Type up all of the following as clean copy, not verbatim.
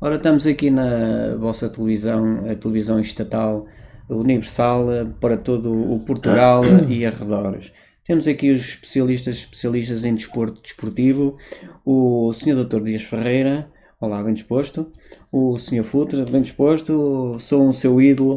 Ora, estamos aqui na vossa televisão, a televisão estatal universal para todo o Portugal e arredores. Temos aqui os especialistas em desporto desportivo, o Sr. Dr. Dias Ferreira, olá, bem disposto, o Sr. Futre, bem disposto, sou um seu ídolo.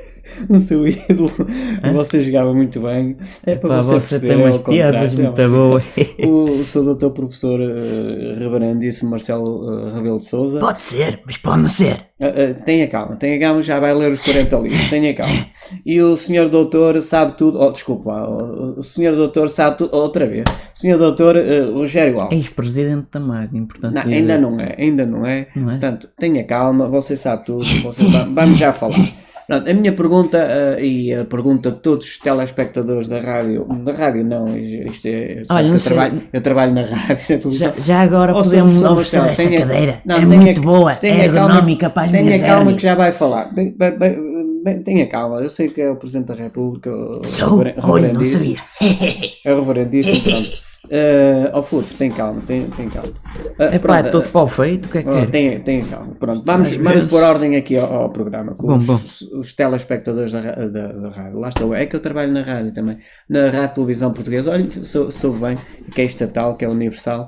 Você jogava muito bem. É para você tem umas piadas muito boas. O seu Dr. Professor Reverendíssimo Marcelo Rebelo de Sousa. Pode ser, mas pode não ser. Tenha calma, já vai ler os 40 livros, tenha calma. E o Sr. Doutor sabe tudo. Oh, desculpa lá, o Sr. Doutor sabe tudo. Outra vez. O Sr. Doutor Rogério Alves. Ex-presidente da Magna, portanto. Não, ainda não é. Portanto, tenha calma, você sabe tudo. Vamos já falar. Pronto, a minha pergunta e a pergunta de todos os telespectadores da rádio não, isto é, olha, eu trabalho na rádio, já agora podemos oferecer esta cadeira, é muito boa, é ergonómica para as minhas hernias. Tenha calma que já vai falar, tenha calma, eu sei que é o Presidente da República, olha, não sabia. É o reverendíssimo, pronto. Ao Futre, tem calma. Epá, todo pau feito, o que é que é? Tenha calma, pronto, vamos pôr ordem aqui ao programa, com os telespectadores da rádio, lá estou, é que eu trabalho na rádio também, na Rádio Televisão Portuguesa, olha, sou bem, que é estatal, que é universal,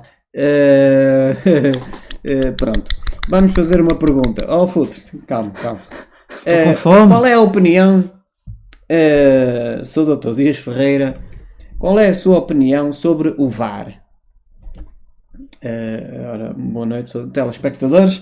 pronto, vamos fazer uma pergunta, Futre, calma, com fome. Qual é a opinião, sou o Dr. Dias Ferreira, qual é a sua opinião sobre o VAR? Ora, boa noite, telespectadores.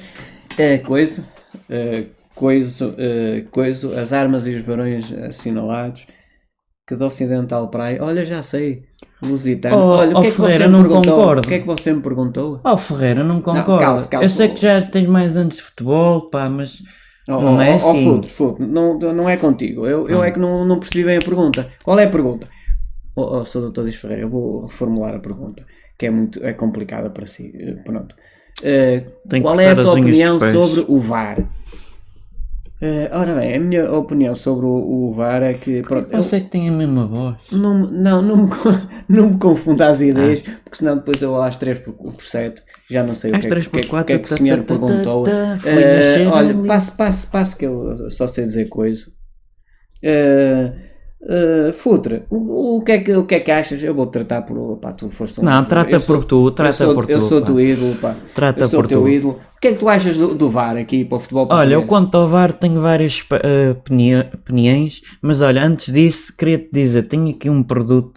As armas e os barões assinalados. Que do Ocidental Praia. Olha, já sei. Lusitano. Olha, o que é que Ferreira, você me perguntou? Concordo. O que é que você me perguntou? Ferreira, não concordo. Calma. Eu sei que já tens mais anos de futebol, pá, mas não é assim. Futre, não é contigo. Eu é que não percebi bem a pergunta. Qual é a pergunta? Sou o Dr. Dias Ferreira, eu vou reformular a pergunta, que é complicada para si. Pronto. Qual é a sua opinião sobre o VAR? Ora bem, a minha opinião sobre o VAR é que... Pronto, eu sei que tem a mesma voz. Não me confunda as ideias, porque senão depois eu às 3x7 já não sei o que é que o senhor perguntou. Olha, passe que eu só sei dizer coisa. Futre, o que é que achas? Eu vou tratar por... Pá, tu foste um... Não, trata por tu. Eu sou teu ídolo, pá. Trata eu sou por teu tu. ídolo. O que é que tu achas do VAR aqui para o futebol português? Olha, eu quanto ao VAR tenho várias opiniões, mas olha, antes disso queria-te dizer, tenho aqui um produto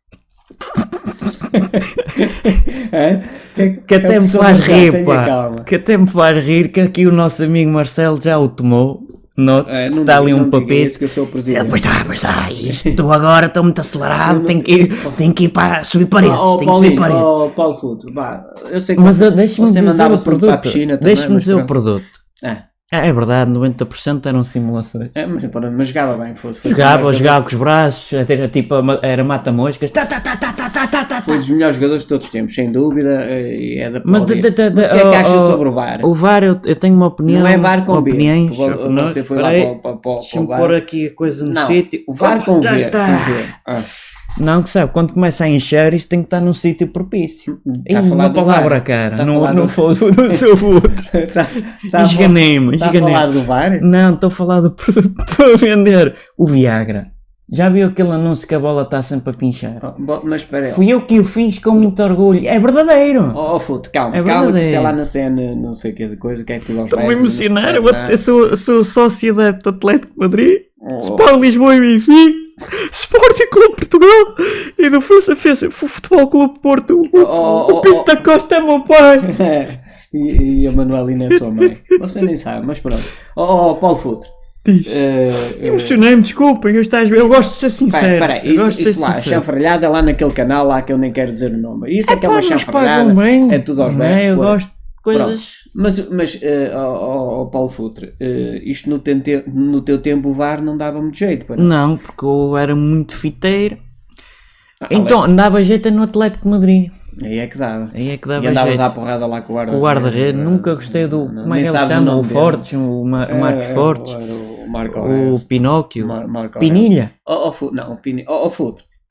que até me faz rir, pá. Que até me faz rir, que aqui o nosso amigo Marcelo já o tomou. Está ali um papito. Pois está, isto agora estou muito acelerado, tenho que ir para subir paredes. Paulo Futre, eu sei que mas deixa-me dizer o produto. Deixa-me dizer o produto. É verdade, 90% eram simulações. Mas jogava bem. Jogava com os braços, era mata-moscas. Foi dos melhores jogadores de todos os tempos, sem dúvida. E é da aplaudir. Mas o que é que achas sobre o VAR? O VAR, eu tenho uma opinião. Não é VAR com opiniões. Você foi lá para o deixa-me pôr aqui a coisa no sítio. O VAR com já V. Está. Não, que sabe, quando começa a encher, isto tem que estar num sítio propício. Uma palavra, cara. Não foi no seu Futre. Esganei-me. Está a falar do VAR? Não, estou a falar do produto para vender. O Viagra. Já viu aquele anúncio que a bola está sempre a pinchar? Mas espera aí. Fui eu que o fiz com muito orgulho. É verdadeiro. Futre, calma, que sei lá na cena, não sei o que é de coisa, que é tudo aos Estou-me a emocionar, eu sou sócio da Atlético de Madrid, Sport Lisboa e Benfica, Sporting Clube Portugal e do Futebol Clube Porto. O Pinto da Costa é meu pai. E a Manuelina é sua mãe. Você nem sabe, mas pronto. Paulo Futre. Diz. Emocionei-me, desculpem, eu gosto de ser sincero. Espera aí, isso lá, a chanfralhada lá naquele canal lá que eu nem quero dizer o nome. Isso é que é uma chanfralhada, é tudo aos berros. Eu gosto de coisas... Mas Paulo Futre, isto no teu tempo o VAR não dava muito jeito, para não, porque eu era muito fiteiro. Então, dava jeito no Atlético de Madrid. Aí é que dava. E andavas à porrada lá com o guarda-rede. Nunca gostei do... Como é que ele chama? O Fortes, o Marcos Fortes. O Marco o Pinóquio. Pinilha. Futre. Pronto.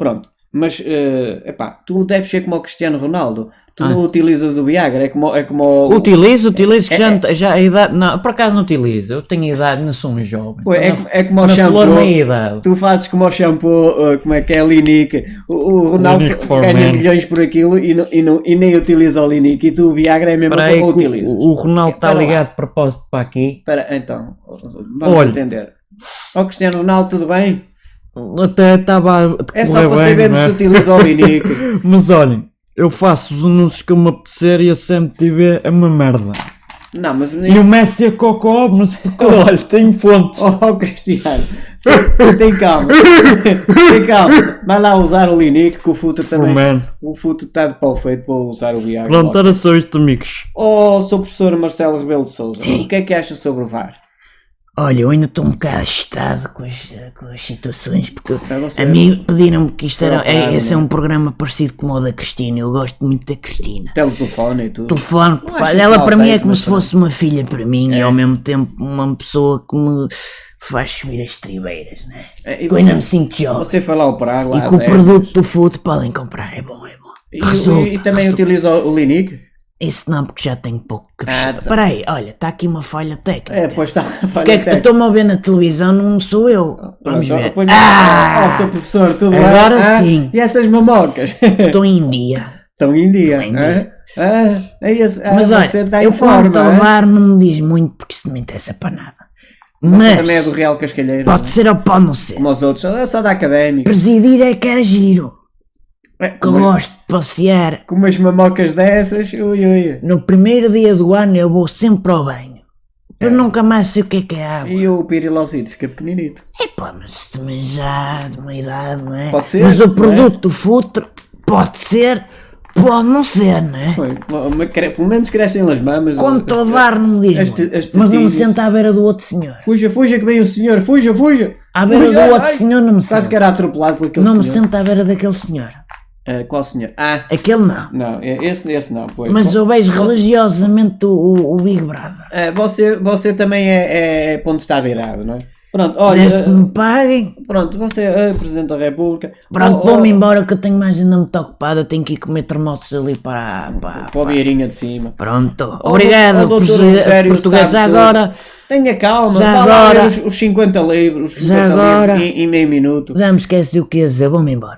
Mas, tu deves ser como o Cristiano Ronaldo. Tu não utilizas o Viagra, é como Utilizo, que já a idade... Não, por acaso não utilizo, eu tenho idade, não sou um jovem. É como o shampoo, tu fazes como o shampoo, como é que é a Linique. O Ronaldo ganha milhões por aquilo e nem utiliza o Linique. E tu o Viagra é mesmo que utilizas. O Ronaldo está ligado de propósito para aqui. Então, vamos entender. Cristiano Ronaldo, tudo bem? Até estava... É só para sabermos se utiliza o Linique. Mas olhem, eu faço os anúncios que eu me apetecer e a CMTV é uma merda. Não, mas... E o Messi é cocó, mas porque olha, tenho fontes. Cristiano, tem calma. Vai lá usar o Linique, que o Futre também... O Futre está de pau feito para usar o Viagra. Pronto, era só isto, amigos. Sou professor Marcelo Rebelo de Sousa. O que é que acha sobre o VAR? Olha, eu ainda estou um bocado excitado com as situações, porque a mim pediram-me que isto esse é um programa parecido com o da Cristina, eu gosto muito da Cristina. Telefone e tudo. Telefone, ela para mim é como se fosse uma filha para mim e ao mesmo tempo uma pessoa que me faz subir as tribeiras, né? Eu ainda me sinto jovem. Você foi lá operar lá. E com o produto do food podem comprar, é bom. E também utiliza o Linique? Isso não, porque já tenho pouco crescido. Espera aí, olha, está aqui uma falha técnica. Pois está. Porque é que eu estou-me a ver na televisão, não sou eu. Vamos ver. Seu professor, tudo agora sim. E essas mamocas? Estou em dia. Estão em dia. Mas olha, eu quanto ao VAR não me diz muito, porque isso não me interessa para nada. Mas também é do Real Cascalheiro. Pode ser ou pode não ser. Como os outros, é só da académica. Presidir é que era giro. Que eu gosto de passear. Com umas mamocas dessas, ui. No primeiro dia do ano eu vou sempre ao banho. Para nunca mais sei o que é água. E o pirilocito fica pequeninito. Mas também já de uma idade, não é? Pode ser. Mas o produto do futre pode ser, pode não ser, não é? Pelo menos crescem as mamas. Quanto ao VAR não me diz mas não me senta à beira do outro senhor. Fuja que vem o senhor, fuja. À beira do outro senhor não me senta. Quase que era atropelado por aquele senhor. Não me senta à beira daquele senhor. Qual senhor? Aquele não. Não, esse não, pois. Mas eu vejo religiosamente o Big Brother. Você também é ponto está virado, não é? Pronto, olha. Desde que me paguem. Pronto, você é Presidente da República. Pronto, vou-me embora que eu tenho mais ainda muito ocupado. Eu tenho que ir comer termossos ali para o Vieirinha de cima. Pronto, obrigado, português. Já agora. Tenha calma, já agora, os 50 livros, já agora, em meio minuto. Já me esqueci o que ia dizer, vou-me embora.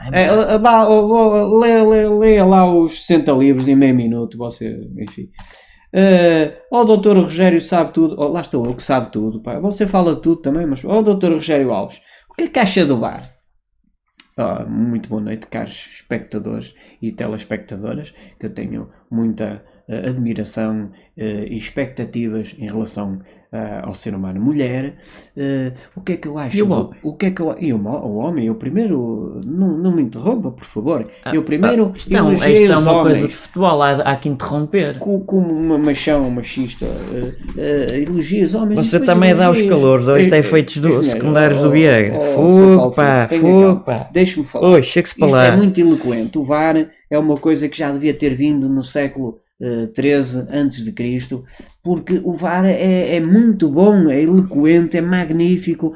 Leia lá os 60 livros em meio minuto, você, enfim. O doutor Rogério sabe tudo, lá estou eu que sabe tudo, pá. Você fala de tudo também, mas doutor Rogério Alves, o que é que acha do VAR? Muito boa noite, caros espectadores e telespectadoras, que eu tenho muita admiração e expectativas em relação ao ser humano. Mulher, o que é que eu acho? E o homem? O homem, eu primeiro, não me interrompa, por favor. Eu primeiro isto é uma coisa de futebol, há que interromper. Como uma machista, elogia os homens. Você também dá os calores, ou isto é efeitos secundários do Viagra. Fogo, pá. Deixa-me falar. Chega-se para lá. Isto é muito eloquente. O VAR é uma coisa que já devia ter vindo no século 13 antes de Cristo, porque o VAR é muito bom, é eloquente, é magnífico,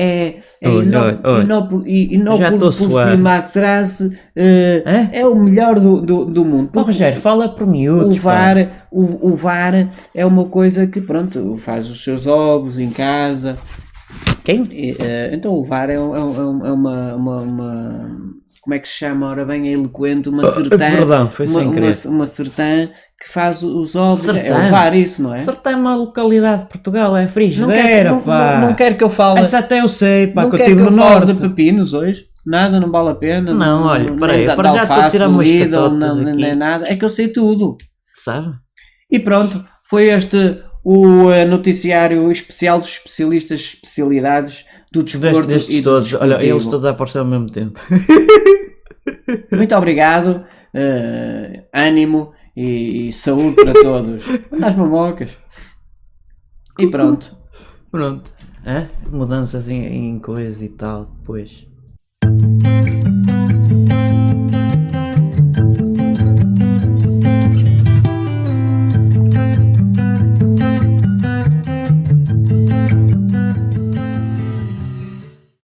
por cima atrás, é o melhor do mundo. Rogério, fala por miúdos. O VAR é uma coisa que, pronto, faz os seus ovos em casa. Quem? Então o VAR é uma como é que se chama? Ora bem, é eloquente, uma sertã. Perdão, foi sem querer. Uma sertã que faz os ovos. Sertã. É o VAR, isso, não é? Sertã é uma localidade de Portugal, é frigideira, pá. Não quero que eu fale. Essa até eu sei, pá, que eu tive no norte. Não quero que eu fale de pepinos hoje. Nada, não vale a pena. Não, olha, peraí, para já estou a tirar umas catotas aqui. Nem nada, é que eu sei tudo. Sabe? E pronto, foi este o noticiário especial dos especialistas, especialidades do desporto e do todos, olha, eles todos a aparecer ao mesmo tempo. Muito obrigado, ânimo e saúde para todos. Nas mamocas. E pronto. Mudanças em coisas e tal, depois.